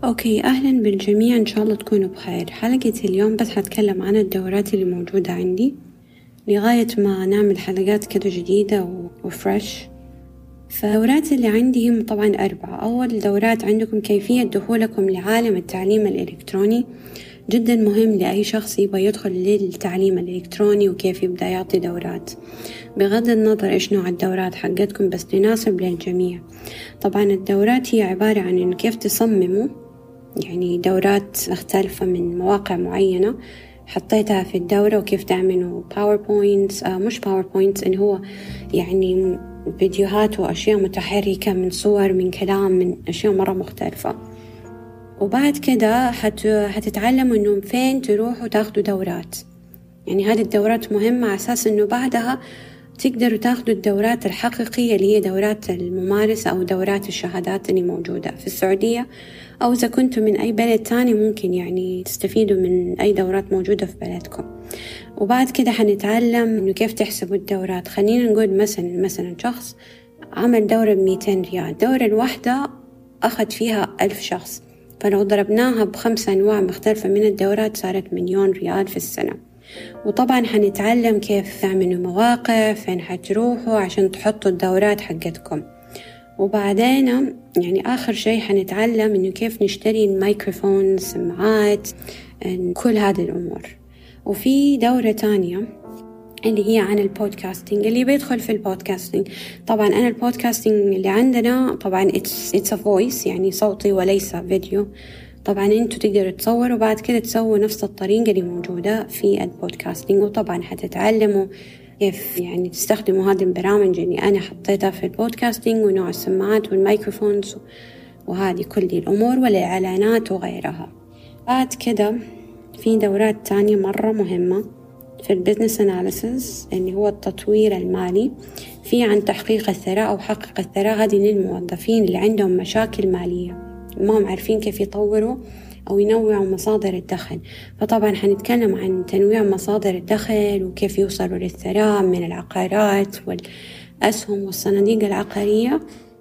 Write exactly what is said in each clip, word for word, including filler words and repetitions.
أوكي، أهلا بالجميع، إن شاء الله تكونوا بخير. حلقة اليوم بس هتكلم عن الدورات اللي موجودة عندي لغاية ما نعمل حلقات كده جديدة وفريش. فالدورات اللي عندي هم طبعا أربعة. أول دورات عندكم كيفية دخولكم لعالم التعليم الإلكتروني، جدا مهم لأي شخص يبغى يدخل للتعليم الإلكتروني وكيف يبدأ يعطي دورات، بغض النظر إيش نوع الدورات حقتكم بس تناسب للجميع. طبعا الدورات هي عبارة عن إنه كيف تصمموا، يعني دورات مختلفة من مواقع معينة حطيتها في الدورة، وكيف تعملوا باوربوينت آه مش باوربوينت إن هو يعني فيديوهات وأشياء متحركة من صور من كلام من أشياء مرة مختلفة. وبعد كده حت... هتتعلموا إنه فين تروحوا تاخدوا دورات، يعني هذه الدورات مهمة على أساس إنه بعدها تقدروا تاخدوا الدورات الحقيقية اللي هي دورات الممارسة أو دورات الشهادات اللي موجودة في السعودية، أو إذا كنتوا من أي بلد تاني ممكن يعني تستفيدوا من أي دورات موجودة في بلدكم. وبعد كده حنتعلم إنه كيف تحسبوا الدورات. خلينا نقول مثلا مثلا شخص عمل دورة بميتين ريال، الدورة الواحدة أخذ فيها ألف شخص، فلو ضربناها بخمسة أنواع مختلفة من الدورات صارت مليون ريال في السنة. وطبعا حنتعلم كيف تعملوا مواقع، فين حتروحوا عشان تحطوا الدورات حقتكم. وبعدين يعني آخر شيء حنتعلم إنه كيف نشتري الميكروفون، السماعات، كل هذه الأمور. وفي دورة تانية اللي هي عن البودكاستينج، اللي بيدخل في البودكاستينج. طبعا أنا البودكاستينج اللي عندنا طبعا it's, it's a voice، يعني صوتي وليس فيديو. طبعا انتوا تقدروا تصوروا وبعد كده تسووا نفس الطريقة اللي موجودة في البودكاستينج. وطبعا حتتعلموا كيف يعني تستخدموا هذه البرامج اللي أنا حطيتها في البودكاستينج، ونوع السماعات والميكروفونز وهذه كل الأمور والإعلانات وغيرها. بعد كده في دورات تانية مرة مهمة في البيزنس أناليسيس اللي هو التطوير المالي، في عن تحقيق الثراء أو حقق الثراء. هذه للموظفين اللي عندهم مشاكل مالية ما هم عارفين كيف يطوروا أو ينوعوا مصادر الدخل. فطبعا حنتكلم عن تنويع مصادر الدخل وكيف يوصلوا للثراء من العقارات والأسهم والصناديق العقارية،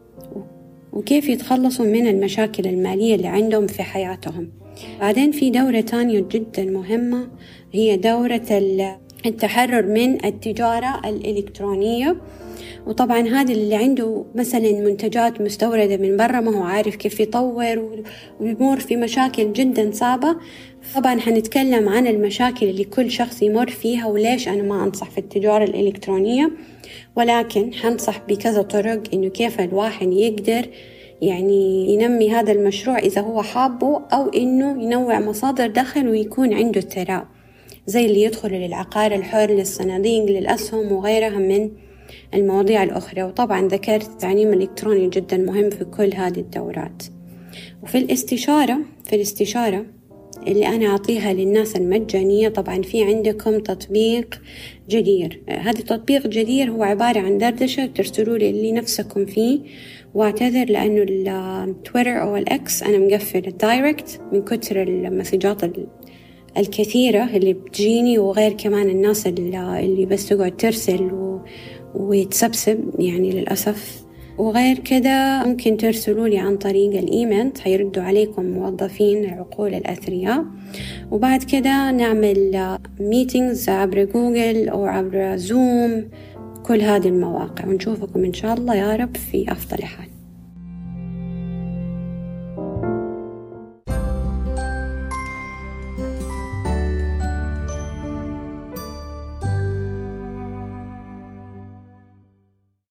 وكيف يتخلصوا من المشاكل المالية اللي عندهم في حياتهم. بعدين في دورة تانية جدا مهمة، هي دورة التحرر من التجارة الإلكترونية. وطبعا هذا اللي عنده مثلا منتجات مستوردة من برا ما هو عارف كيف يطور ويمر في مشاكل جدا صعبة. طبعا حنتكلم عن المشاكل اللي كل شخص يمر فيها وليش أنا ما أنصح في التجارة الإلكترونية، ولكن حنصح بكذا طرق إنه كيف الواحد يقدر يعني ينمي هذا المشروع إذا هو حابه، أو إنه ينوع مصادر دخل ويكون عنده ثراء، زي اللي يدخل للعقار الحر، للصناديق، للأسهم وغيرها من المواضيع الأخرى. وطبعا ذكرت التعليم الإلكتروني جدا مهم في كل هذه الدورات. وفي الاستشارة في الاستشارة اللي أنا أعطيها للناس المجانية، طبعا في عندكم تطبيق جدير. هذا التطبيق جدير هو عبارة عن دردشة ترسلوا لي اللي نفسكم فيه، واعتذر لأنه التويتر أو الإكس أنا مقفل الدايركت من كتر المسجات الكثيرة اللي بتجيني، وغير كمان الناس اللي بس تقعد ترسل و... ويتسبسب يعني للأسف. وغير كده ممكن ترسلوا لي عن طريق الإيميل، حيردوا عليكم موظفين العقول الأثرياء. وبعد كده نعمل ميتينجز عبر جوجل أو عبر زوم، كل هذه المواقع، ونشوفكم إن شاء الله يا رب في أفضل حال.